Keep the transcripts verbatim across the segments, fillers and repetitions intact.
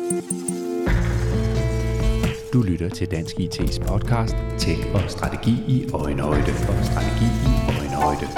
Du lytter til Dansk I T's podcast Tech og Strategi i Øjenhøjde og Strategi i Øjenhøjde.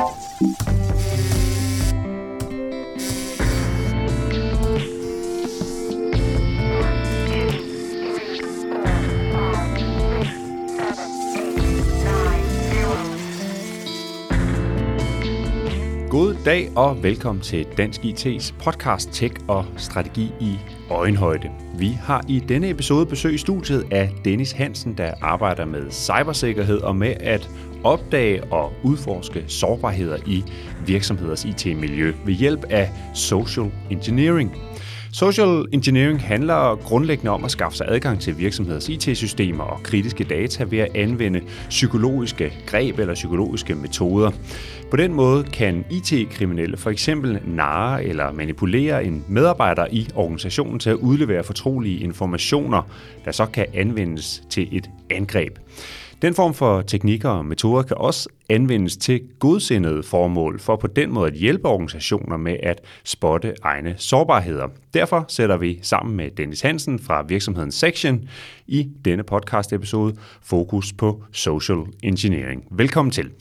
God dag og velkommen til Dansk I T's podcast Tech og Strategi i Øjenhøjde. Vi har i denne episode besøg i studiet af Dennis Hansen, der arbejder med cybersikkerhed og med at opdage og udforske sårbarheder i virksomheders I T-miljø ved hjælp af social engineering. Social engineering handler grundlæggende om at skaffe sig adgang til virksomheders I T-systemer og kritiske data ved at anvende psykologiske greb eller psykologiske metoder. På den måde kan I T-kriminelle for eksempel narre eller manipulere en medarbejder i organisationen til at udlevere fortrolige informationer, der så kan anvendes til et angreb. Den form for teknikker og metoder kan også anvendes til godsindede formål, for på den måde at hjælpe organisationer med at spotte egne sårbarheder. Derfor sætter vi sammen med Dennis Hansen fra virksomheden Section i denne podcast-episode fokus på social engineering. Velkommen til.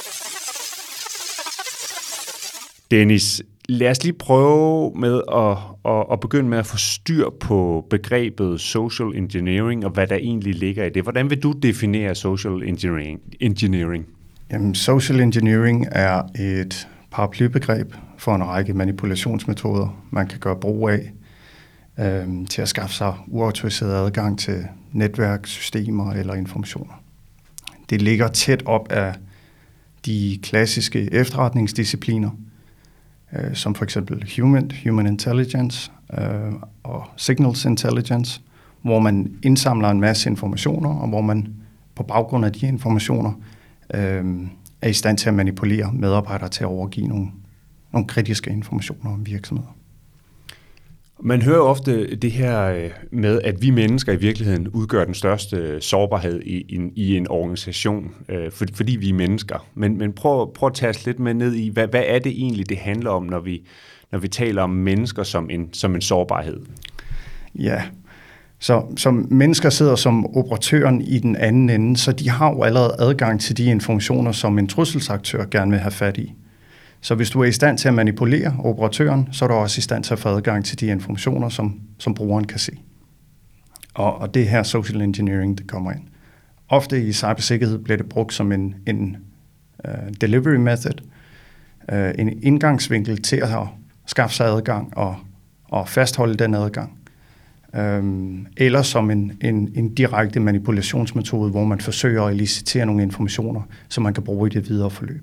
Dennis, lad os lige prøve med at, at, at begynde med at få styr på begrebet social engineering og hvad der egentlig ligger i det. Hvordan vil du definere social engineering? engineering? Jamen, social engineering er et paraplybegreb for en række manipulationsmetoder, man kan gøre brug af øh, til at skaffe sig uautoriseret adgang til netværk, systemer eller informationer. Det ligger tæt op af de klassiske efterretningsdiscipliner, som for eksempel human, human intelligence øh, og signals intelligence, hvor man indsamler en masse informationer, og hvor man på baggrund af de informationer øh, er i stand til at manipulere medarbejdere til at overgive nogle, nogle kritiske informationer om virksomheder. Man hører ofte det her med, at vi mennesker i virkeligheden udgør den største sårbarhed i en, i en organisation, øh, for, fordi vi er mennesker. Men, men prøv, prøv at tage os lidt med ned i, hvad, hvad er det egentlig, det handler om, når vi, når vi taler om mennesker som en, som en sårbarhed? Ja, så som mennesker sidder som operatøren i den anden ende, så de har jo allerede adgang til de informationer, som en trusselsaktør gerne vil have fat i. Så hvis du er i stand til at manipulere operatøren, så er du også i stand til at få adgang til de informationer, som, som brugeren kan se. Og, og det er her social engineering, det kommer ind. Ofte i cybersikkerhed bliver det brugt som en, en uh, delivery method, uh, en indgangsvinkel til at skaffe sig adgang og, og fastholde den adgang. Um, eller som en, en, en direkte manipulationsmetode, hvor man forsøger at elicitere nogle informationer, som man kan bruge i det videre forløb.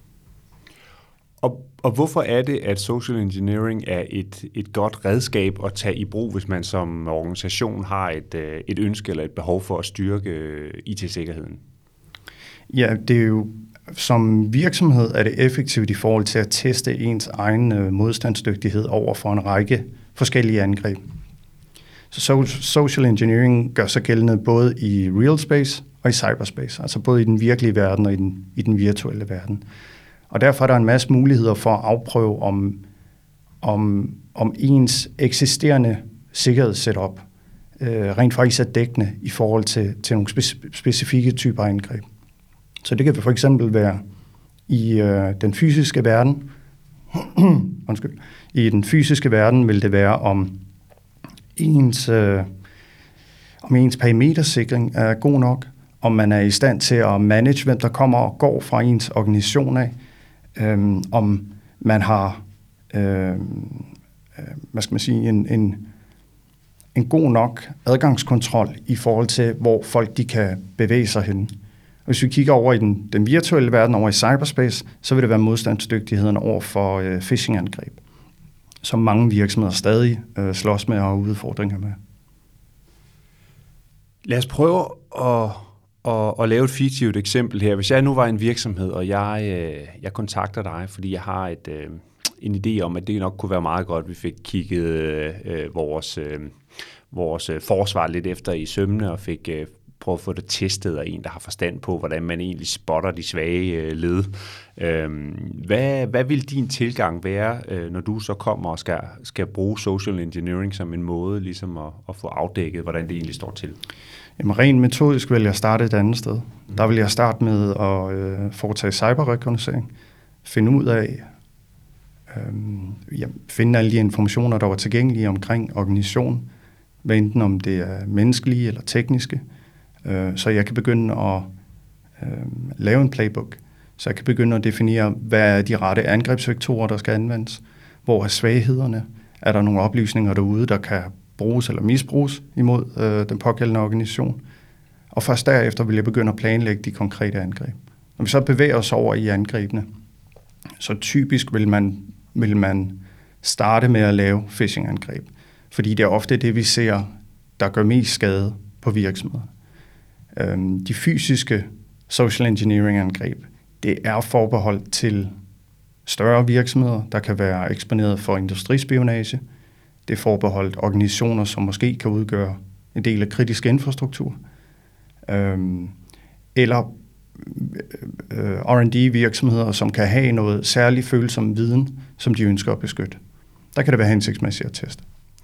Og, og hvorfor er det, at social engineering er et, et godt redskab at tage i brug, hvis man som organisation har et, et ønske eller et behov for at styrke I T-sikkerheden? Ja, det er jo som virksomhed er det effektivt i forhold til at teste ens egen modstandsdygtighed over for en række forskellige angreb. Så social engineering gør sig gældende både i real space og i cyberspace, altså både i den virkelige verden og i den, i den virtuelle verden. Og derfor er der en masse muligheder for at afprøve, om, om, om ens eksisterende sikkerhedssetup øh, rent faktisk er dækkende i forhold til, til nogle speci- specifikke typer angreb. Så det kan for eksempel være i øh, den fysiske verden. Undskyld. I den fysiske verden vil det være, om ens, øh, om ens perimetersikring er god nok, om man er i stand til at manage, hvem der kommer og går fra ens organisation af, Øhm, om man har øhm, øh, hvad skal man sige, en, en, en god nok adgangskontrol i forhold til, hvor folk de kan bevæge sig hen. Hvis vi kigger over i den, den virtuelle verden, over i cyberspace, så vil det være modstandsdygtigheden over for øh, phishing-angreb, som mange virksomheder stadig øh, slås med og har udfordringer med. Lad os prøve at Og, og lave et fiktivt eksempel her. Hvis jeg nu var en virksomhed, og jeg, øh, jeg kontakter dig, fordi jeg har et, øh, en idé om, at det nok kunne være meget godt, at vi fik kigget øh, vores, øh, vores forsvar lidt efter i sømmene, og fik, øh, prøve at få det testet af en, der har forstand på, hvordan man egentlig spotter de svage øh, led. Øh, hvad, hvad vil din tilgang være, øh, når du så kommer og skal, skal bruge social engineering som en måde ligesom at, at få afdækket, hvordan det egentlig står til? Jamen, rent metodisk vil jeg starte et andet sted. Mm. Der vil jeg starte med at øh, foretage cyberrekognoscering, finde ud af, øh, ja, finde alle de informationer, der var tilgængelige omkring organisationen, hvad enten om det er menneskelige eller tekniske, øh, så jeg kan begynde at øh, lave en playbook, så jeg kan begynde at definere, hvad er de rette angrebsvektorer, der skal anvendes, hvor er svaghederne, er der nogle oplysninger derude, der kan bruges eller misbruges imod øh, den pågældende organisation. Og først derefter vil jeg begynde at planlægge de konkrete angreb. Når vi så bevæger os over i angrebene, så typisk vil man, vil man starte med at lave phishing-angreb, fordi det er ofte det, vi ser, der gør mest skade på virksomheder. Øhm, de fysiske social engineering-angreb, det er forbeholdt til større virksomheder, der kan være eksponeret for industrispionage. Det er forbeholdt organisationer, som måske kan udgøre en del af kritisk infrastruktur. Øhm, eller øh, R and D-virksomheder, som kan have noget særlig følsom viden, som de ønsker at beskytte. Der kan det være hensigtsmæssigt at teste.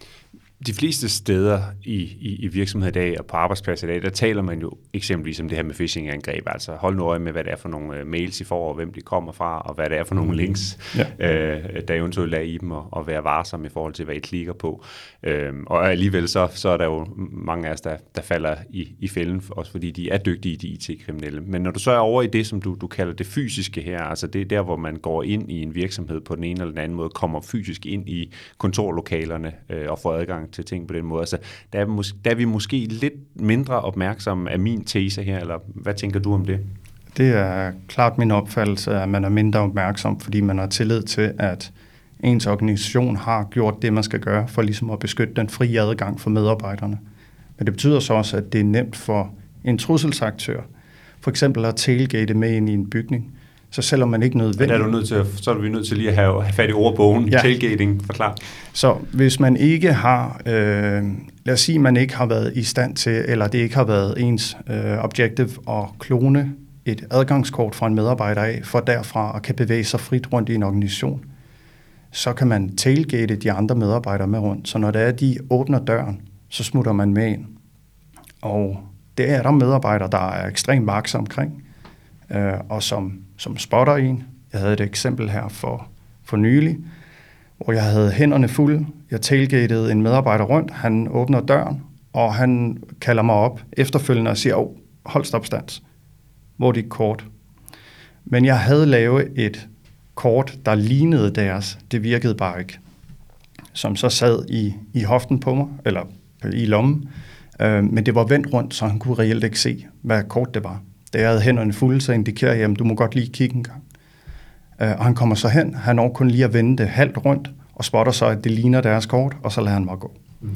De fleste steder i, i, i virksomheder i dag og på arbejdspladser i dag, der taler man jo eksempelvis om det her med phishing-angreb. Altså hold nu øje med, hvad det er for nogle uh, mails, I får, og hvem de kommer fra, og hvad det er for nogle links, ja. uh, der eventuelt er i dem, og, og være varsom i forhold til, hvad I klikker på. Uh, og alligevel så, så er der jo mange af os, der, der falder i, i fælden, også fordi de er dygtige, de I T-kriminelle. Men når du så er over i det, som du, du kalder det fysiske her, altså det er der, hvor man går ind i en virksomhed på den ene eller den anden måde, kommer fysisk ind i kontorlokalerne uh, og får adgang til ting på den måde. Altså, der, er mås- der er vi måske lidt mindre opmærksomme af min tese her, eller hvad tænker du om det? Det er klart min opfattelse, at man er mindre opmærksom, fordi man har tillid til, at ens organisation har gjort det, man skal gøre, for ligesom at beskytte den frie adgang for medarbejderne. Men det betyder så også, at det er nemt for en trusselsaktør, for eksempel at tailgate med ind i en bygning. Så selvom man ikke nødvendigt... Er du nødt til at, så er vi nødt til lige at have, have fat i ordbogen, ja. Tailgating, forklar. Så hvis man ikke har, øh, lad os sige, man ikke har været i stand til, eller det ikke har været ens øh, objective at klone et adgangskort fra en medarbejder af, for derfra at kan bevæge sig frit rundt i en organisation, så kan man tailgate de andre medarbejdere med rundt. Så når det er, de åbner døren, så smutter man med ind. Og det er der medarbejdere, der er ekstremt vakse omkring, øh, og som, som spotter en. Jeg havde et eksempel her for, for nylig, hvor jeg havde hænderne fulde. Jeg tailgatede en medarbejder rundt. Han åbner døren, og han kalder mig op efterfølgende og siger, åh, hold stop stands. Hvor er dit kort? Men jeg havde lavet et kort, der lignede deres. Det virkede bare ikke. Som så sad i, i hoften på mig, eller i lommen. Øh, men det var vendt rundt, så han kunne reelt ikke se, hvad kort det var. Da jeg havde hænderne fulde, så indikerer jeg, at du må godt lige kigge en gang. Øh, og han kommer så hen. Han når kun lige at vende det halvt rundt, og spotter så, at det ligner deres kort, og så lader han mig gå. Mm.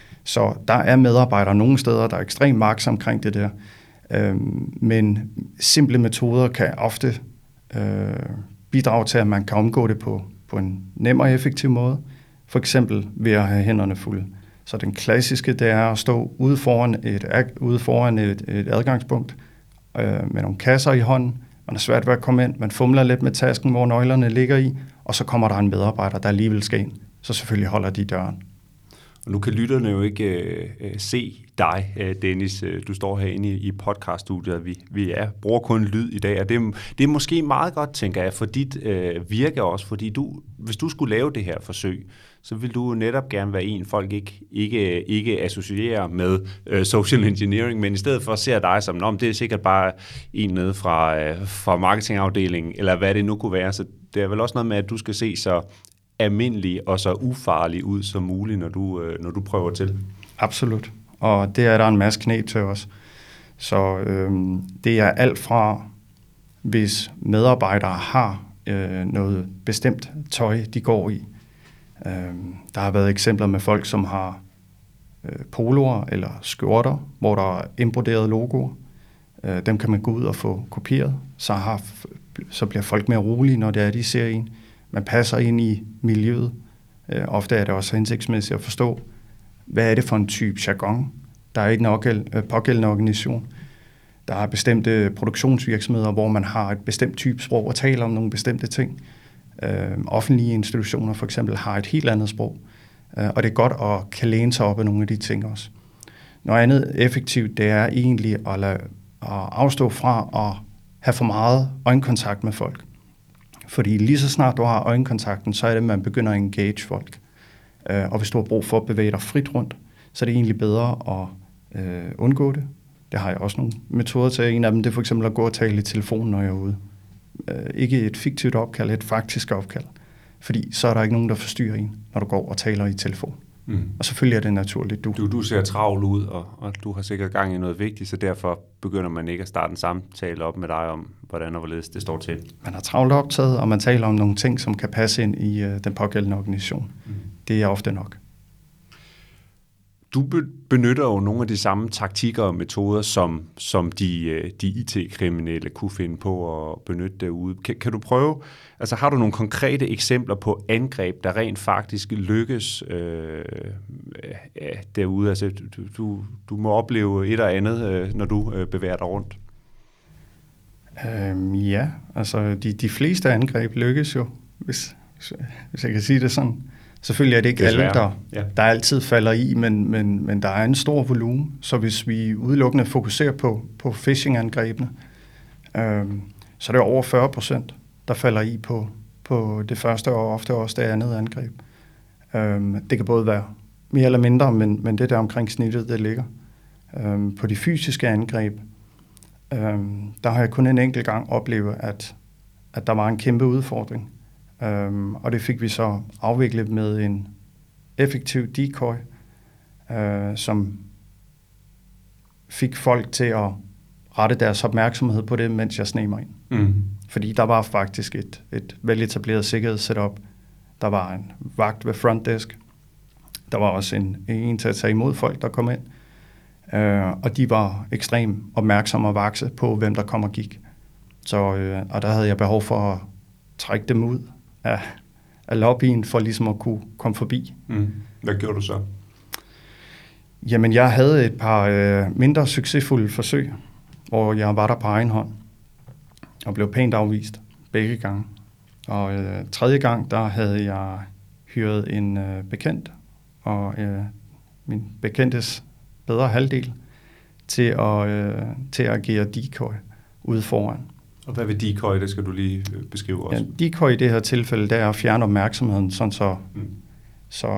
Så der er medarbejdere nogle steder, der er ekstremt maks omkring det der. Øh, men simple metoder kan ofte øh, bidrage til, at man kan omgå det på, på en nem og effektiv måde. For eksempel ved at have hænderne fulde. Så den klassiske, det er at stå ude foran et, ude foran et, et adgangspunkt øh, med nogle kasser i hånden. Man er svært ved at komme ind. Man fumler lidt med tasken, hvor nøglerne ligger i. Og så kommer der en medarbejder, der alligevel skal ind. Så selvfølgelig holder de døren. Og nu kan lytterne jo ikke øh, se dig, Dennis. Du står herinde i, i podcaststudiet. Vi, vi er, bruger kun lyd i dag, og det, det er måske meget godt, tænker jeg, for dit øh, virke også. Fordi du, hvis du skulle lave det her forsøg, så vil du netop gerne være en, folk ikke, ikke, ikke associerer med øh, social engineering, men i stedet for ser dig som, om det er sikkert bare en nede fra, øh, fra marketingafdelingen, eller hvad det nu kunne være. Så det er vel også noget med, at du skal se så almindelig og så ufarlig ud som muligt, når du, øh, når du prøver til. Absolut. Og det er der en masse knep til os. Så øhm, det er alt fra, hvis medarbejdere har øh, noget bestemt tøj, de går i. Øhm, der har været eksempler med folk, som har øh, poloer eller skjorter, hvor der er embroderede logoer. Øh, dem kan man gå ud og få kopieret. Så, har, så bliver folk mere rolige, når det er, de ser en. Man passer ind i miljøet. Øh, ofte er det også hensigtsmæssigt at forstå, hvad er det for en type jargon, Der er ikke en pågældende organisation. Der er bestemte produktionsvirksomheder, hvor man har et bestemt type sprog og taler om nogle bestemte ting. Øh, offentlige institutioner for eksempel har et helt andet sprog. Øh, og det er godt at kan læne sig op af nogle af de ting også. Noget andet effektivt, det er egentlig at, lade, at afstå fra at have for meget øjenkontakt med folk. Fordi lige så snart du har øjenkontakten, så er det, at man begynder at engage folk. Øh, og hvis du har brug for at bevæge dig frit rundt, så er det egentlig bedre at øh, undgå det. Det har jeg også nogle metoder til. En af dem det er for eksempel at gå og tale i telefonen, når jeg er ude. Øh, ikke et fiktivt opkald, et faktisk opkald. Fordi så er der ikke nogen, der forstyrrer en, når du går og taler i telefon. Mm. Og selvfølgelig er det naturligt. Du, du, du ser travl ud, og, og du har sikkert gang i noget vigtigt, så derfor begynder man ikke at starte en samtale op med dig om, hvordan og hvorledes det står til. Man har travlt optaget, og man taler om nogle ting, som kan passe ind i uh, den pågældende organisation. Mm. Det er ofte nok. Du benytter jo nogle af de samme taktikker og metoder, som, som de, de I T-kriminelle kunne finde på at benytte derude. Kan, kan du prøve, altså har du nogle konkrete eksempler på angreb, der rent faktisk lykkes øh, ja, derude? Altså, du, du, du må opleve et og andet, øh, når du øh, bevæger dig rundt. Øhm, ja, altså de, de fleste angreb lykkes jo, hvis, hvis jeg kan sige det sådan. Selvfølgelig er det ikke alle, der, ja. der altid falder i, men, men, men der er en stor volumen. Så hvis vi udelukkende fokuserer på, på phishing-angrebene, øhm, så er det over fyrre procent, der falder i på, på det første og ofte også det andet angreb. Øhm, det kan både være mere eller mindre, men, men det der omkring snittet, det ligger. Øhm, på de fysiske angreb, øhm, der har jeg kun en enkelt gang oplevet, at, at der var en kæmpe udfordring. Um, og det fik vi så afviklet med en effektiv decoy, uh, som fik folk til at rette deres opmærksomhed på det, mens jeg sneg mig ind. Mm. Fordi der var faktisk et, et veletableret sikkerhedssetup. Der var en vagt ved frontdesk. Der var også en, en til at tage imod folk, der kom ind. Uh, og de var ekstremt opmærksomme og vakse på, hvem der kom og gik. Så, uh, og der havde jeg behov for at trække dem ud af, af lobbyen, for ligesom at kunne komme forbi. Mm. Hvad gjorde du så? Jamen, jeg havde et par øh, mindre succesfulde forsøg, hvor jeg var der på egen hånd, og blev pænt afvist begge gange. Og øh, tredje gang, der havde jeg hyret en øh, bekendt, og øh, min bekendtes bedre halvdel, til at, øh, til at agere decoy ude foran. Og hvad vil decoy, det skal du lige beskrive også? Ja, decoy i det her tilfælde, det er at fjerne opmærksomheden, sådan så, mm. så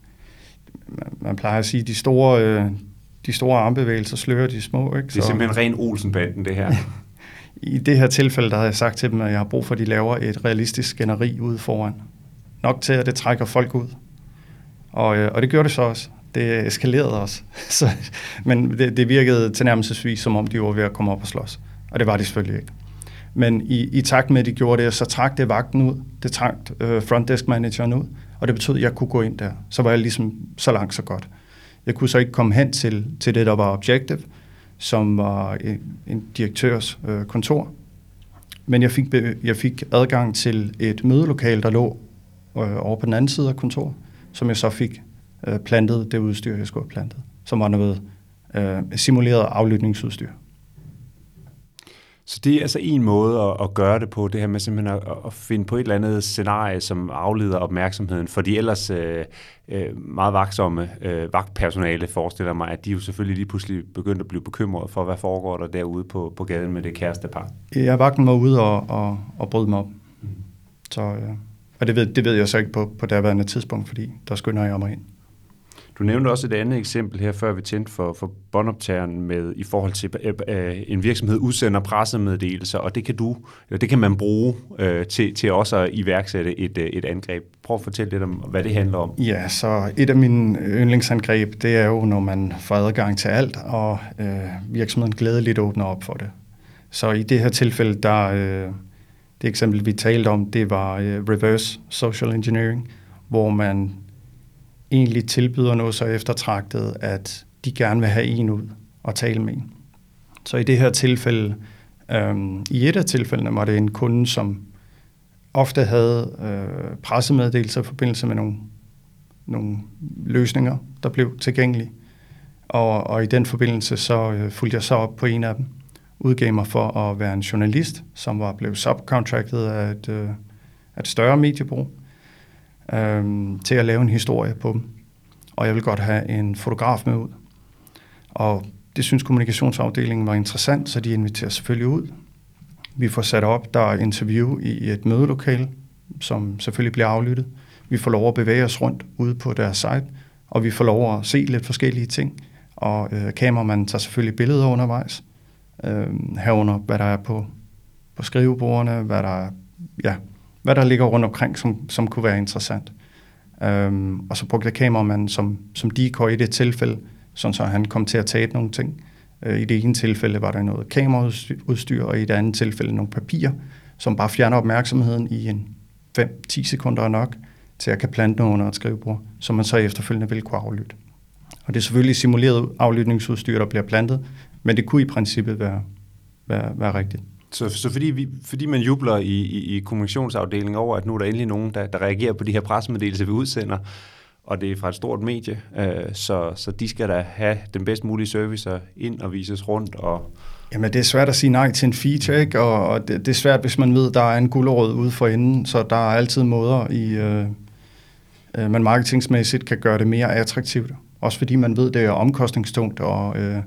man plejer at sige, de store, øh, de store armbevægelser slører de små. Ikke? Det er så, simpelthen ren Olsenbanden, det her. I det her tilfælde, der har jeg sagt til dem, at jeg har brug for, at de laver et realistisk skænderi ude foran. Nok til, at det trækker folk ud. Og, øh, og det gjorde det så også. Det eskalerede også. så, men det, det virkede tilnærmelsesvis, som om de var ved at komme op og slås. Og det var de selvfølgelig ikke. Men i, i takt med, at de gjorde det, så trak det vagten ud, det trak øh, frontdesk-manageren ud, og det betød, at jeg kunne gå ind der. Så var jeg ligesom så langt, så godt. Jeg kunne så ikke komme hen til, til det, der var Objective, som var en, en direktørs øh, kontor. Men jeg fik, jeg fik adgang til et mødelokal, der lå øh, over på den anden side af kontoret, som jeg så fik øh, plantet det udstyr, jeg skulle have plantet, som var noget øh, simuleret aflytningsudstyr. Så det er altså en måde at, at gøre det på, det her med simpelthen at, at finde på et eller andet scenarie, som afleder opmærksomheden, for de ellers øh, meget vagtsomme øh, vagtpersonale forestiller mig, at de jo selvfølgelig lige pludselig begyndte at blive bekymret for, hvad foregår der derude på, på gaden med det kærestepar. Ja, vagten var ude og, og, og brød mig op. Mm. Så, øh, og det ved, det ved jeg så ikke på, på derværende tidspunkt, fordi der skynder jeg mig ind. Du nævnte også et andet eksempel her, før vi tændte for, for båndoptageren med i forhold til, at en virksomhed udsender pressemeddelelser, og det kan du, eller det kan man bruge øh, til, til også at iværksætte et, et angreb. Prøv at fortælle lidt om, hvad det handler om. Ja, så et af mine yndlingsangreb, det er jo, når man får adgang til alt, og øh, virksomheden glædeligt åbner op for det. Så i det her tilfælde, der øh, det eksempel, vi talte om, det var øh, reverse social engineering, hvor man egentlig tilbyder noget så eftertragtet, at de gerne vil have en ud og tale med en. Så i det her tilfælde, øhm, i et af tilfældene, var det en kunde, som ofte havde øh, pressemeddelelser i forbindelse med nogle, nogle løsninger, der blev tilgængelige. Og, og i den forbindelse så øh, fulgte jeg så op på en af dem, udgav mig for at være en journalist, som var blevet subcontractet af et, øh, af et større mediebureau, øh, til at lave en historie på dem. Og jeg ville godt have en fotograf med ud. Og det synes kommunikationsafdelingen var interessant, så de inviterer selvfølgelig ud. Vi får sat op, der er interview i et mødelokale, som selvfølgelig bliver aflyttet. Vi får lov at bevæge os rundt ude på deres site, og vi får lov at se lidt forskellige ting. Og øh, kameramanden tager selvfølgelig billeder undervejs, øh, herunder hvad der er på, på skrivebordene, hvad der, ja, hvad der ligger rundt omkring, som, som kunne være interessant. Øh, og så brugte kameramanden som, som decoy i det tilfælde, sådan så han kom til at tage nogle ting. Øh, I det ene tilfælde var der noget kameraudstyr, og i det andet tilfælde nogle papirer, som bare fjerner opmærksomheden i en fem til ti sekunder er nok, til at kan plante noget under et skrivebord, som man så efterfølgende vil kunne aflytte. Og det er selvfølgelig simuleret aflytningsudstyr, der bliver plantet, men det kunne i princippet være, være, være rigtigt. Så, så fordi, vi, fordi man jubler i, i, i kommunikationsafdelingen over, at nu er der endelig nogen, der, der reagerer på de her pressemeddelelser, vi udsender, og det er fra et stort medie, øh, så, så de skal da have den bedst mulige service og ind og vises rundt. Og Jamen, det er svært at sige nej til en feature, ikke? Og, og det, det er svært, hvis man ved, der er en gulerod ude for enden, så der er altid måder, i, øh, øh, man marketingsmæssigt kan gøre det mere attraktivt. Også fordi man ved, det er omkostningstungt at, øh,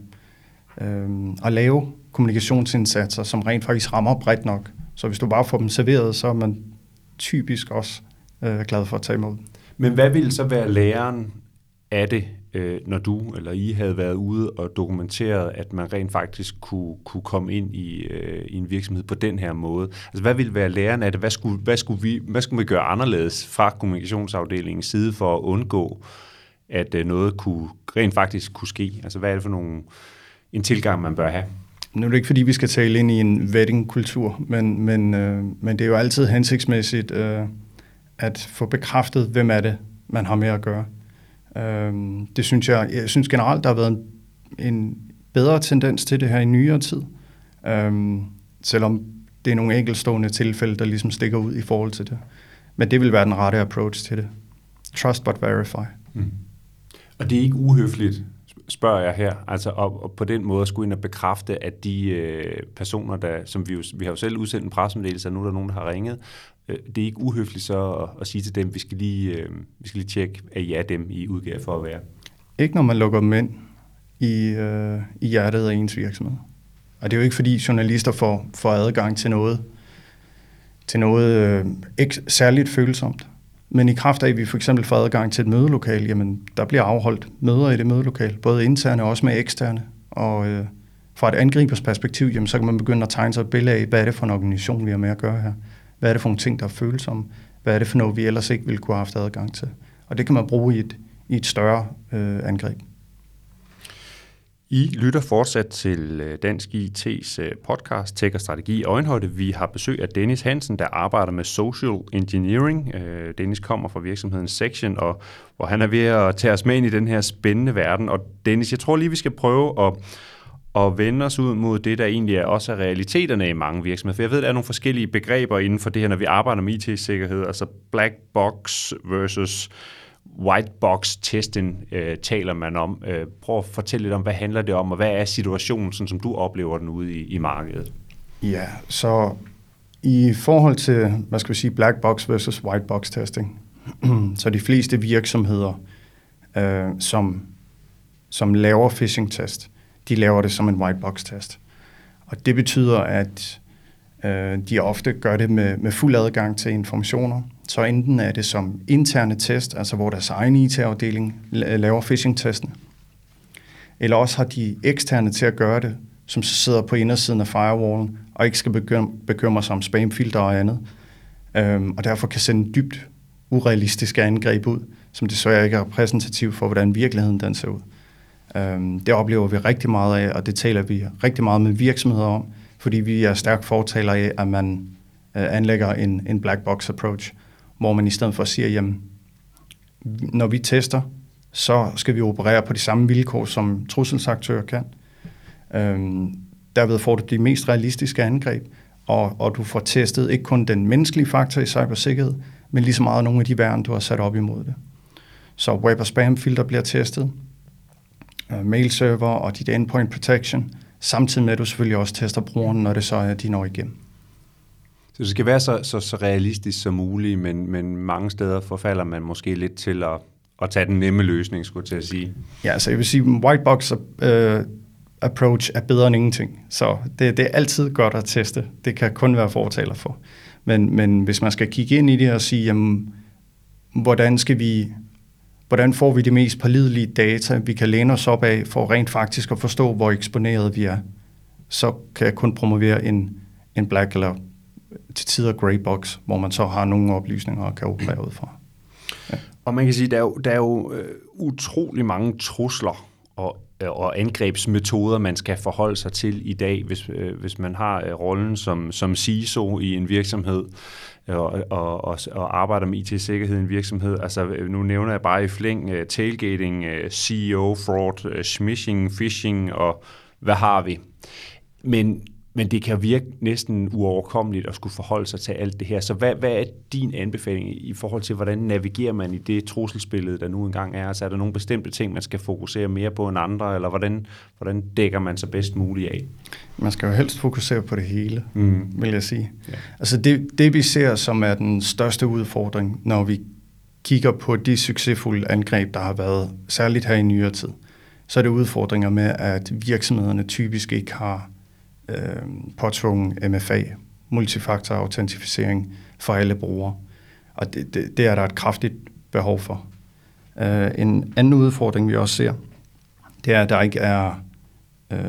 øh, at lave kommunikationsindsatser, som rent faktisk rammer bredt nok. Så hvis du bare får dem serveret, så er man typisk også øh, glad for at tage imod. Men hvad ville så være læren af det, øh, når du eller I havde været ude og dokumenteret, at man rent faktisk kunne, kunne komme ind i, øh, i en virksomhed på den her måde? Altså, hvad ville være læren af det? Hvad skulle, hvad skulle, vi, hvad skulle vi gøre anderledes fra kommunikationsafdelingens side for at undgå, at øh, noget kunne, rent faktisk kunne ske? Altså, hvad er det for nogle, en tilgang, man bør have? Nu er det ikke, fordi vi skal tale ind i en vetting-kultur, men, men, øh, men det er jo altid hensigtsmæssigt øh, at få bekræftet, hvem er det, man har med at gøre. Øh, det synes jeg, jeg synes generelt, der har været en, en bedre tendens til det her i nyere tid, øh, selvom det er nogle enkeltstående tilfælde, der ligesom stikker ud i forhold til det. Men det vil være den rette approach til det. Trust but verify. Mm. Og det er ikke uhøfligt, spørger jeg her, altså og, og på den måde skulle ind og bekræfte, at de øh, personer, der, som vi jo, vi har jo selv udsendt en pressemeddelelse, og nu er der nogen, der har ringet, øh, det er ikke uhøfligt så at, at sige til dem, vi skal lige, øh, vi skal lige tjekke, at I er dem, I udgiver for at være. Ikke når man lukker dem ind i, øh, i hjertet af ens virksomhed. Og det er jo ikke fordi journalister får, får adgang til noget, til noget øh, ikke særligt følsomt. Men i kraft af, at vi for eksempel får adgang til et mødelokale, jamen der bliver afholdt møder i det mødelokale, både interne og også med eksterne. Og øh, fra et angribers perspektiv, jamen, så kan man begynde at tegne sig et billede af, hvad er det for en organisation, vi har med at gøre her? Hvad er det for nogle ting, der er følsomme? Hvad er det for noget, vi ellers ikke ville kunne have haft adgang til? Og det kan man bruge i et, i et større øh, angreb. I lytter fortsat til Dansk I T's podcast, Tech og Strategi i Øjenhøjde. Vi har besøg af Dennis Hansen, der arbejder med Social Engineering. Dennis kommer fra virksomheden Section, og hvor han er ved at tage os med ind i den her spændende verden. Og Dennis, jeg tror lige, vi skal prøve at, at vende os ud mod det, der egentlig er også er realiteterne i mange virksomheder. For jeg ved, der er nogle forskellige begreber inden for det her, når vi arbejder med I T-sikkerhed, altså black box versus white box testing øh, taler man om. Øh, prøv at fortælle lidt om, hvad handler det om, og hvad er situationen, sådan som du oplever den ude i, i markedet? Ja, så i forhold til, hvad skal vi sige, black box versus white box testing, så de fleste virksomheder, øh, som, som laver phishing test, de laver det som en white box test. Og det betyder, at øh, de ofte gør det med, med fuld adgang til informationer. Så enten er det som interne test, altså hvor deres egen I T-afdeling laver phishing-testen, eller også har de eksterne til at gøre det, som sidder på indersiden af firewallen, og ikke skal bekymre sig om spamfilter og andet, øhm, og derfor kan sende dybt urealistiske angreb ud, som desværre ikke er repræsentativt for, hvordan virkeligheden den ser ud. Øhm, det oplever vi rigtig meget af, og det taler vi rigtig meget med virksomheder om, fordi vi er stærkt fortaler af, at man øh, anlægger en, en black box approach, hvor man i stedet for siger, jamen, når vi tester, så skal vi operere på de samme vilkår, som trusselsaktører kan. Øhm, derved får du de mest realistiske angreb, og, og du får testet ikke kun den menneskelige faktor i cybersikkerhed, men lige så meget nogle af de værn, du har sat op imod det. Så web- og spamfilter bliver testet. uh, mailserver og dit endpoint protection, samtidig med at du selvfølgelig også tester brugeren, når det så er, de når igennem. Så det skal være så, så, så realistisk som muligt, men, men mange steder forfalder man måske lidt til at, at tage den nemme løsning, skulle jeg til at sige. Ja, altså jeg vil sige, white box uh, approach er bedre end ingenting. Så det, det er altid godt at teste. Det kan kun være fortaler for. Men, men hvis man skal kigge ind i det og sige, jamen, hvordan skal vi, hvordan får vi det mest pålidelige data, vi kan læne os op af, for rent faktisk at forstå, hvor eksponeret vi er, så kan jeg kun promovere en, en black eller til tider grey box, hvor man så har nogle oplysninger og kan operere ud fra. Ja. Og man kan sige, der er jo, der er jo øh, utrolig mange trusler og, og angrebsmetoder, man skal forholde sig til i dag, hvis, øh, hvis man har øh, rollen som, som C I S O i en virksomhed og, og, og, og arbejder med I T-sikkerhed i en virksomhed. Altså nu nævner jeg bare i flæng uh, tailgating, uh, C E O, fraud, uh, smishing, phishing og hvad har vi. Men Men det kan virke næsten uoverkommeligt at skulle forholde sig til alt det her. Så hvad, hvad er din anbefaling i forhold til, hvordan navigerer man i det trusselsbillede, der nu engang er? Altså er der nogle bestemte ting, man skal fokusere mere på end andre, eller hvordan, hvordan dækker man sig bedst muligt af? Man skal jo helst fokusere på det hele, mm. vil jeg sige. Ja. Altså det, det vi ser, som er den største udfordring, når vi kigger på de succesfulde angreb, der har været, særligt her i nyere tid, så er det udfordringer med, at virksomhederne typisk ikke har Øh, påtvungen M F A, multifaktor autentificering for alle brugere. Og det, det, det er der et kraftigt behov for. Øh, en anden udfordring, vi også ser, det er, at der ikke er øh,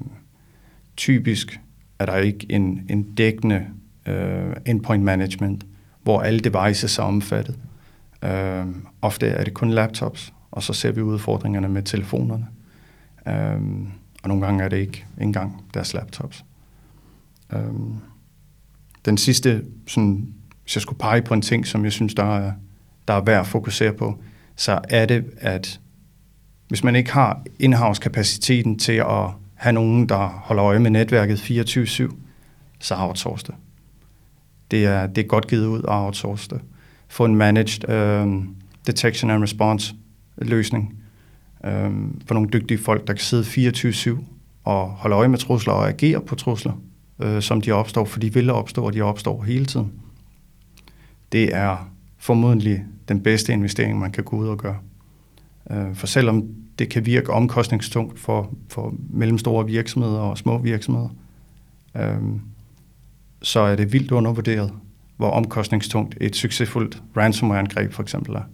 typisk, at der ikke en, en dækkende øh, endpoint management, hvor alle devices er omfattet. Øh, ofte er det kun laptops, og så ser vi udfordringerne med telefonerne. Øh, Og nogle gange er det ikke engang deres laptops. Øhm, den sidste, sådan, hvis jeg skulle pege på en ting, som jeg synes, der er, der er værd at fokusere på, så er det, at hvis man ikke har in-house-kapaciteten til at have nogen, der holder øje med netværket fireogtyve syv, så outsource det. Det er, det er godt givet ud at outsource det. Få en managed um, detection and response løsning. Um, for nogle dygtige folk, der kan sidde fireogtyve syv og holde øje med trusler og agere på trusler, uh, som de opstår, for de vil opstå, og de opstår hele tiden. Det er formodentlig den bedste investering, man kan gå ud og gøre. Uh, for selvom det kan virke omkostningstungt for, for mellemstore virksomheder og små virksomheder, um, så er det vildt undervurderet, hvor omkostningstungt et succesfuldt ransomware-angreb for eksempel er.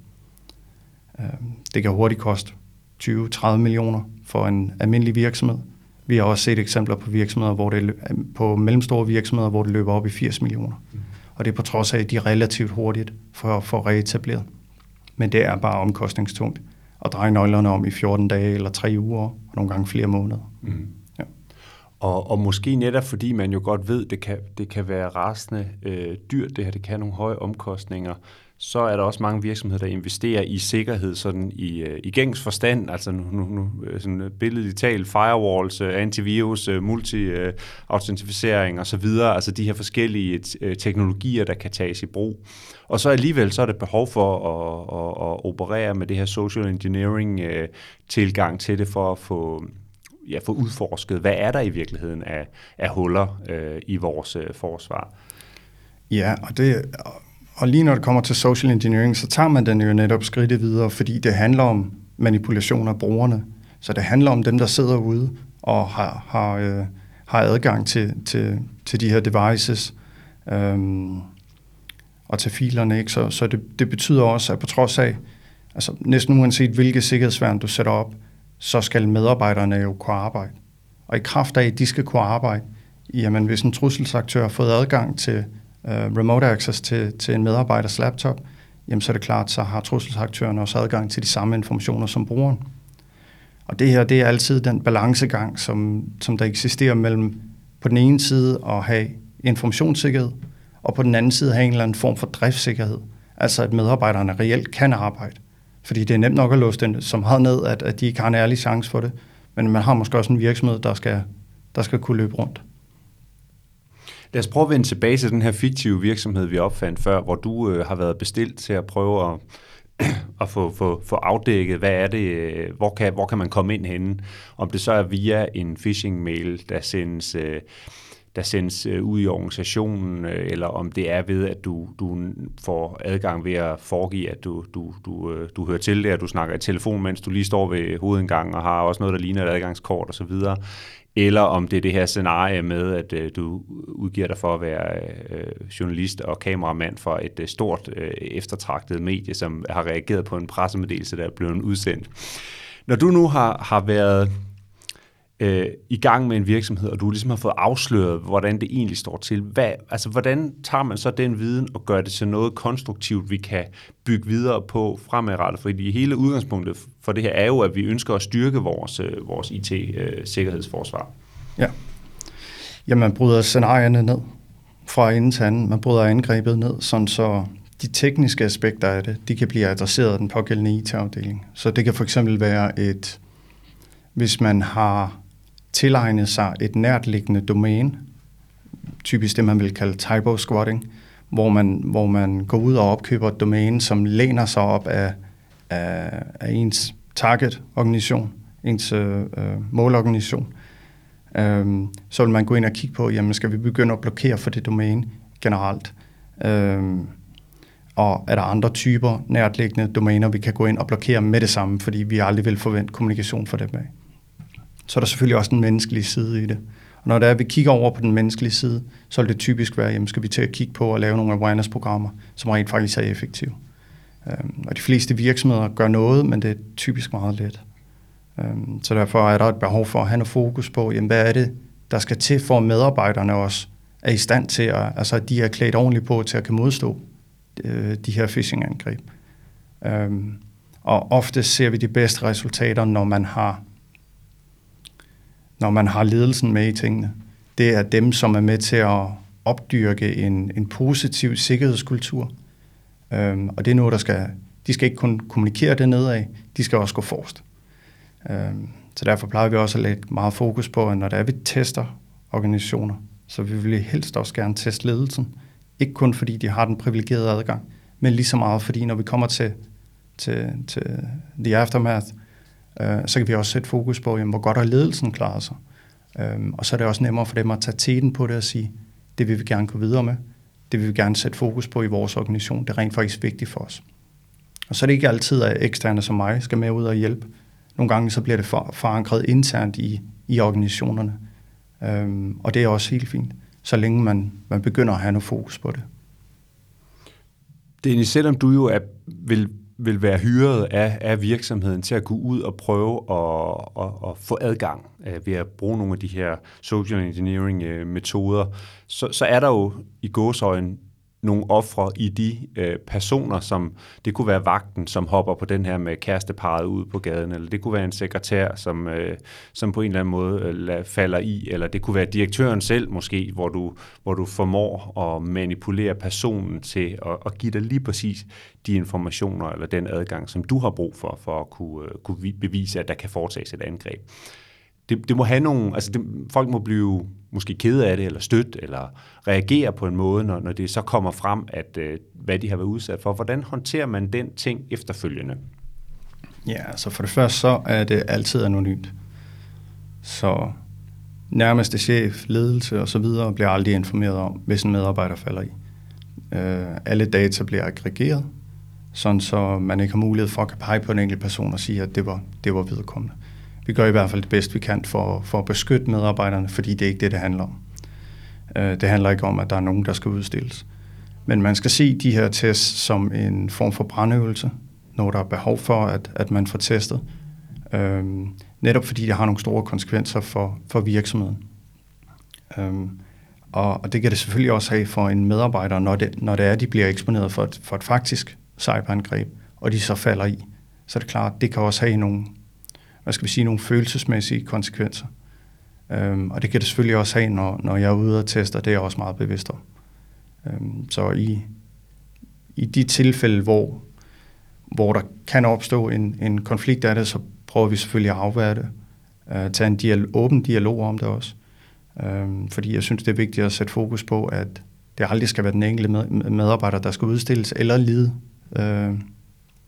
Um, det kan hurtigt koste tyve til tredive millioner for en almindelig virksomhed. Vi har også set eksempler på virksomheder, hvor det på mellemstore virksomheder, hvor det løber op i firs millioner. Mm. Og det er på trods af, at de er relativt hurtigt for at få reetableret. Men det er bare omkostningstungt at dreje nøglerne om i fjorten dage eller tre uger, og nogle gange flere måneder. Mm. Ja. Og, og måske netop fordi man jo godt ved, det kan, det kan være rasende øh, dyrt, det her, det kan have nogle høje omkostninger, så er der også mange virksomheder, der investerer i sikkerhed sådan i, i gængs forstand, altså nu, nu, nu sådan billedligt talt, firewalls, antivirus, multi-autentificering og så videre, altså de her forskellige teknologier, der kan tages i brug. Og så alligevel så er der behov for at, at, at operere med det her social engineering tilgang til det, for at få, ja, få udforsket, hvad er der i virkeligheden af, af huller øh, i vores øh, forsvar. Ja, og det Og lige når det kommer til social engineering, så tager man den jo netop skridtet videre, fordi det handler om manipulation af brugerne. Så det handler om dem, der sidder ude og har, har, øh, har adgang til, til, til de her devices øhm, og til filerne. Ikke? Så, så det, det betyder også, at på trods af, altså næsten uanset hvilke sikkerhedsværn du sætter op, så skal medarbejderne jo kunne arbejde. Og i kraft af, at de skal kunne arbejde, jamen hvis en trusselsaktør har fået adgang til Uh, remote access til, til en medarbejders laptop, jamen så er det klart, så har trusselsaktøren også adgang til de samme informationer som brugeren. Og det her, det er altid den balancegang, som, som der eksisterer mellem på den ene side at have informationssikkerhed, og på den anden side have en eller anden form for driftssikkerhed. Altså at medarbejderne reelt kan arbejde. Fordi det er nemt nok at låse den så meget ned, at, at de ikke har en ærlig chance for det. Men man har måske også en virksomhed, der skal, der skal kunne løbe rundt. Lad os prøve at vende tilbage til den her fiktive virksomhed, vi opfandt før, hvor du øh, har været bestilt til at prøve at at få, få, få afdækket, hvad er det, hvor kan, hvor kan man komme ind henne. Om det så er via en phishing-mail, der sendes, der sendes ud i organisationen, eller om det er ved, at du, du får adgang ved at foregive, at du, du, du, du hører til det, at du snakker i telefon, mens du lige står ved hovedindgangen og har også noget, der ligner et adgangskort osv., eller om det er det her scenarie med, at øh, du udgiver dig for at være øh, journalist og kameramand for et øh, stort øh, eftertragtet medie, som har reageret på en pressemeddelelse, der er blevet udsendt. Når du nu har, har været øh, i gang med en virksomhed, og du ligesom har fået afsløret, hvordan det egentlig står til, hvad, altså, hvordan tager man så den viden og gør det til noget konstruktivt, vi kan bygge videre på fremadrettet? Fordi hele udgangspunktet for det her er jo, at vi ønsker at styrke vores, vores I T-sikkerhedsforsvar. Ja. Jamen, man bryder scenarierne ned fra ende til anden. Man bryder angrebet ned, sådan så de tekniske aspekter af det, de kan blive adresseret af den pågældende I T-afdeling. Så det kan for eksempel være et, hvis man har tilegnet sig et nærtliggende domæne, typisk det, man vil kalde typo squatting, hvor man, hvor man går ud og opkøber et domæne, som læner sig op af, af, af ens target-organisation, ens øh, målorganisation. Øhm, så vil man gå ind og kigge på, jamen skal vi begynde at blokere for det domæne generelt? Øhm, og er der andre typer nærtliggende domæner, vi kan gå ind og blokere med det samme, fordi vi aldrig vil forvente kommunikation for dem af. Så er der selvfølgelig også den menneskelige side i det. Og når det er, at vi kigger over på den menneskelige side, så vil det typisk være, jamen skal vi til at kigge på at lave nogle awareness-programmer, som rent faktisk er effektive. Øhm, og de fleste virksomheder gør noget, men det er typisk meget let. Øhm, så derfor er der et behov for at have noget fokus på, jamen hvad er det, der skal til for, at medarbejderne også er i stand til, at, altså at de er klædt ordentligt på til at kan modstå øh, de her phishing-angreb. Øhm, og ofte ser vi de bedste resultater, når man har når man har ledelsen med i tingene. Det er dem, som er med til at opdyrke en, en positiv sikkerhedskultur. Øhm, og det er noget, der skal, de skal ikke kun kommunikere det nedad, de skal også gå forrest. Øhm, så derfor plejer vi også at lægge meget fokus på, at når der er, vi tester organisationer, så vi vil helst også gerne teste ledelsen. Ikke kun fordi de har den privilegerede adgang, men lige så meget fordi, når vi kommer til, til, til the aftermath, så kan vi også sætte fokus på, jamen, hvor godt har ledelsen klaret sig. Øhm, og så er det også nemmere for dem at tage teten på det og sige, det vil vi gerne gå videre med. Det vil vi gerne sætte fokus på i vores organisation. Det er rent faktisk vigtigt for os. Og så er det ikke altid, at eksterne som mig skal med ud og hjælpe. Nogle gange så bliver det for, forankret internt i, i organisationerne. Øhm, og det er også helt fint, så længe man, man begynder at have noget fokus på det. Dennis, selvom du jo er, vil vil være hyret af, af virksomheden til at gå ud og prøve at, at, at få adgang ved at bruge nogle af de her social engineering metoder, så, så er der jo i gåseøjne nogle ofre i de øh, personer, som det kunne være vagten, som hopper på den her med kæresteparret ud på gaden, eller det kunne være en sekretær, som, øh, som på en eller anden måde øh, falder i, eller det kunne være direktøren selv måske, hvor du, hvor du formår at manipulere personen til at, at give dig lige præcis de informationer, eller den adgang, som du har brug for, for at kunne, øh, kunne bevise, at der kan foretages et angreb. Det, det må have nogle, altså det, folk må blive måske kede af det, eller støtte, eller reagere på en måde, når, når det så kommer frem, at øh, hvad de har været udsat for. Hvordan håndterer man den ting efterfølgende? Ja, altså for det første, så er det altid anonymt. Så nærmeste chef, ledelse og så videre bliver aldrig informeret om, hvis en medarbejder falder i. Øh, alle data bliver aggregeret, sådan så man ikke har mulighed for at kan pege på en enkelt person og sige, at det var, det var vedkommende. Vi gør i hvert fald det bedste, vi kan for, for at beskytte medarbejderne, fordi det er ikke det, det handler om. Det handler ikke om, at der er nogen, der skal udstilles. Men man skal se de her tests som en form for brandøvelse, når der er behov for, at, at man får testet. Øhm, netop fordi det har nogle store konsekvenser for, for virksomheden. Øhm, og, og det kan det selvfølgelig også have for en medarbejder, når det, når det er, de bliver eksponeret for et, for et faktisk cyberangreb, og de så falder i. Så er det klart, det kan også have nogle hvad skal vi sige, nogle følelsesmæssige konsekvenser. Øhm, og det kan det selvfølgelig også have, når, når jeg er ude og tester, det er jeg også meget bevidst om. Øhm, så i, i de tilfælde, hvor, hvor der kan opstå en, en konflikt af det, så prøver vi selvfølgelig at afvære det. Øh, tage en dialog, åben dialog om det også. Øhm, fordi jeg synes, det er vigtigt at sætte fokus på, at det aldrig skal være den enkelte med, medarbejder, der skal udstilles eller lide. Øh,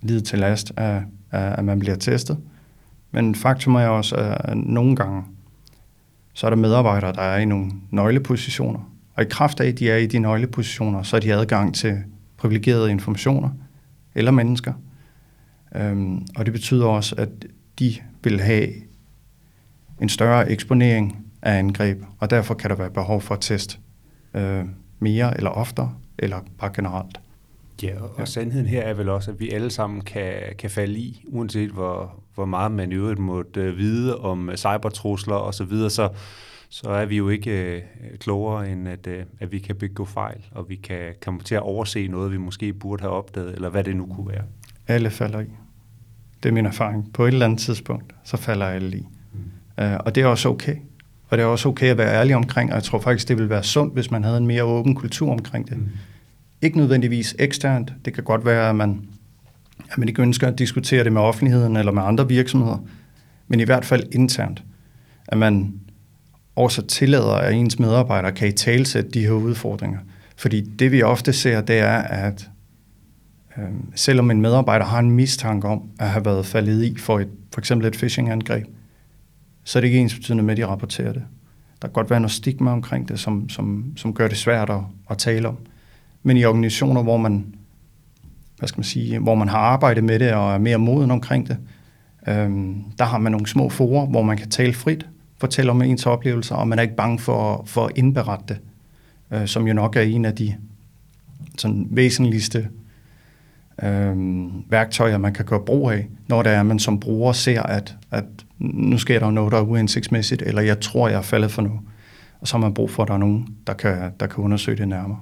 lide til last, at, at man bliver testet. Men faktum er også, at nogle gange, så er der medarbejdere, der er i nogle nøglepositioner. Og i kraft af, at de er i de nøglepositioner, så er de adgang til privilegerede informationer eller mennesker. Øhm, og det betyder også, at de vil have en større eksponering af angreb, og derfor kan der være behov for at teste øh, mere eller oftere, eller bare generelt. Ja, og ja. Sandheden her er vel også, at vi alle sammen kan, kan falde i, uanset hvor, hvor meget man i øvrigt måtte øh, vide om cybertrusler og så videre, så, så er vi jo ikke øh, klogere, end at, øh, at vi kan begå fejl, og vi kan komme til at overse noget, vi måske burde have opdaget, eller hvad det nu kunne være. Alle falder i. Det er min erfaring. På et eller andet tidspunkt, så falder alle i. Mm. Uh, og det er også okay. Og det er også okay at være ærlig omkring, og jeg tror faktisk, det ville være sundt, hvis man havde en mere åben kultur omkring det. Mm. Ikke nødvendigvis eksternt. Det kan godt være, at man, at man ikke ønsker at diskutere det med offentligheden eller med andre virksomheder, men i hvert fald internt. At man også tillader, at ens medarbejdere kan italesætte de her udfordringer. Fordi det vi ofte ser, det er, at øh, selvom en medarbejder har en mistanke om at have været faldet i for et, for eksempel et phishing-angreb, så er det ikke ensbetydende med, at de rapporterer det. Der kan godt være noget stigma omkring det, som, som, som gør det svært at, at tale om. Men i organisationer, hvor man, hvad skal man sige, hvor man har arbejdet med det og er mere moden omkring det, øhm, der har man nogle små forer, hvor man kan tale frit, fortælle om ens oplevelser, og man er ikke bange for, for at indberette det, øh, som jo nok er en af de sådan, væsentligste øh, værktøjer, man kan gøre brug af, når det er, man som bruger ser, at, at nu sker der noget, der er uhensigtsmæssigt, eller jeg tror, jeg er faldet for noget. Og så har man brug for, at der er nogen, der kan, der kan undersøge det nærmere.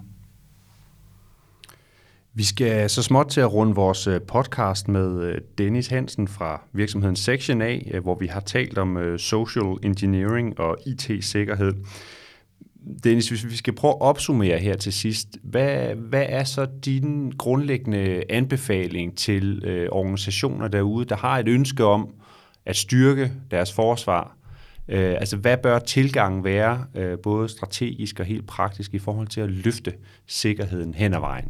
Vi skal så småt til at runde vores podcast med Dennis Hansen fra virksomheden Section A, hvor vi har talt om social engineering og I T-sikkerhed. Dennis, hvis vi skal prøve at opsummere her til sidst, hvad, hvad er så din grundlæggende anbefaling til øh, organisationer derude, der har et ønske om at styrke deres forsvar? Øh, altså, hvad bør tilgangen være, øh, både strategisk og helt praktisk, i forhold til at løfte sikkerheden hen ad vejen?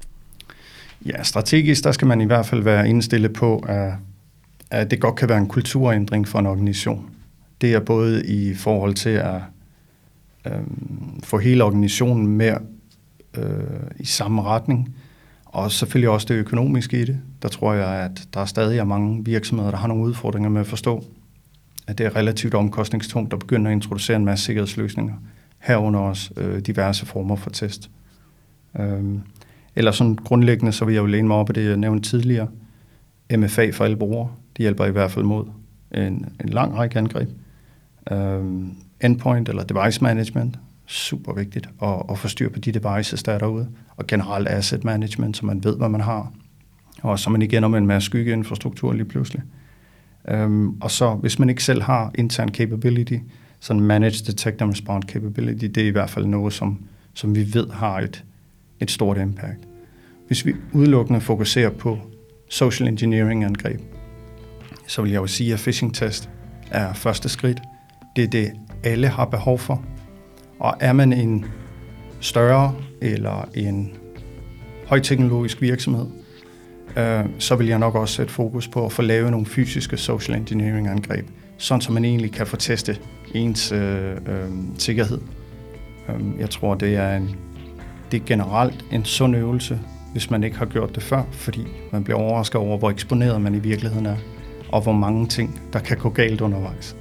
Ja, strategisk, der skal man i hvert fald være indstillet på, at, at det godt kan være en kulturændring for en organisation. Det er både i forhold til at øh, få hele organisationen med øh, i samme retning, og selvfølgelig også det økonomiske i det. Der tror jeg, at der er stadig er mange virksomheder, der har nogle udfordringer med at forstå, at det er relativt omkostningstungt at begynde at introducere en masse sikkerhedsløsninger, herunder også øh, diverse former for test. Øh, Eller sådan grundlæggende, så vil jeg jo læne mig op af det, jeg nævnte tidligere. M F A for alle brugere, de hjælper i hvert fald mod en, en lang række angreb. Um, endpoint eller device management, super vigtigt at, at få styr på de devices, der er derude. Og generelt asset management, så man ved, hvad man har. Og så man igen om en masse skyggeinfrastruktur lige pludselig. Um, og så, hvis man ikke selv har intern capability, sådan managed detect and respond capability, det er i hvert fald noget, som, som vi ved har et et stort impact. Hvis vi udelukkende fokuserer på social engineering-angreb, så vil jeg jo sige, at phishing-test er første skridt. Det er det, alle har behov for. Og er man en større eller en højteknologisk virksomhed, øh, så vil jeg nok også sætte fokus på at få lavet nogle fysiske social engineering-angreb, sådan så man egentlig kan få testet ens øh, øh, sikkerhed. Jeg tror, det er en Det er generelt en sund øvelse, hvis man ikke har gjort det før, fordi man bliver overrasket over, hvor eksponeret man i virkeligheden er, og hvor mange ting, der kan gå galt undervejs.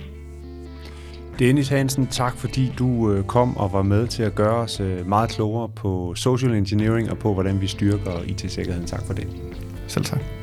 Dennis Hansen, tak fordi du kom og var med til at gøre os meget klogere på social engineering og på, hvordan vi styrker I T-sikkerheden. Tak for det. Selv tak.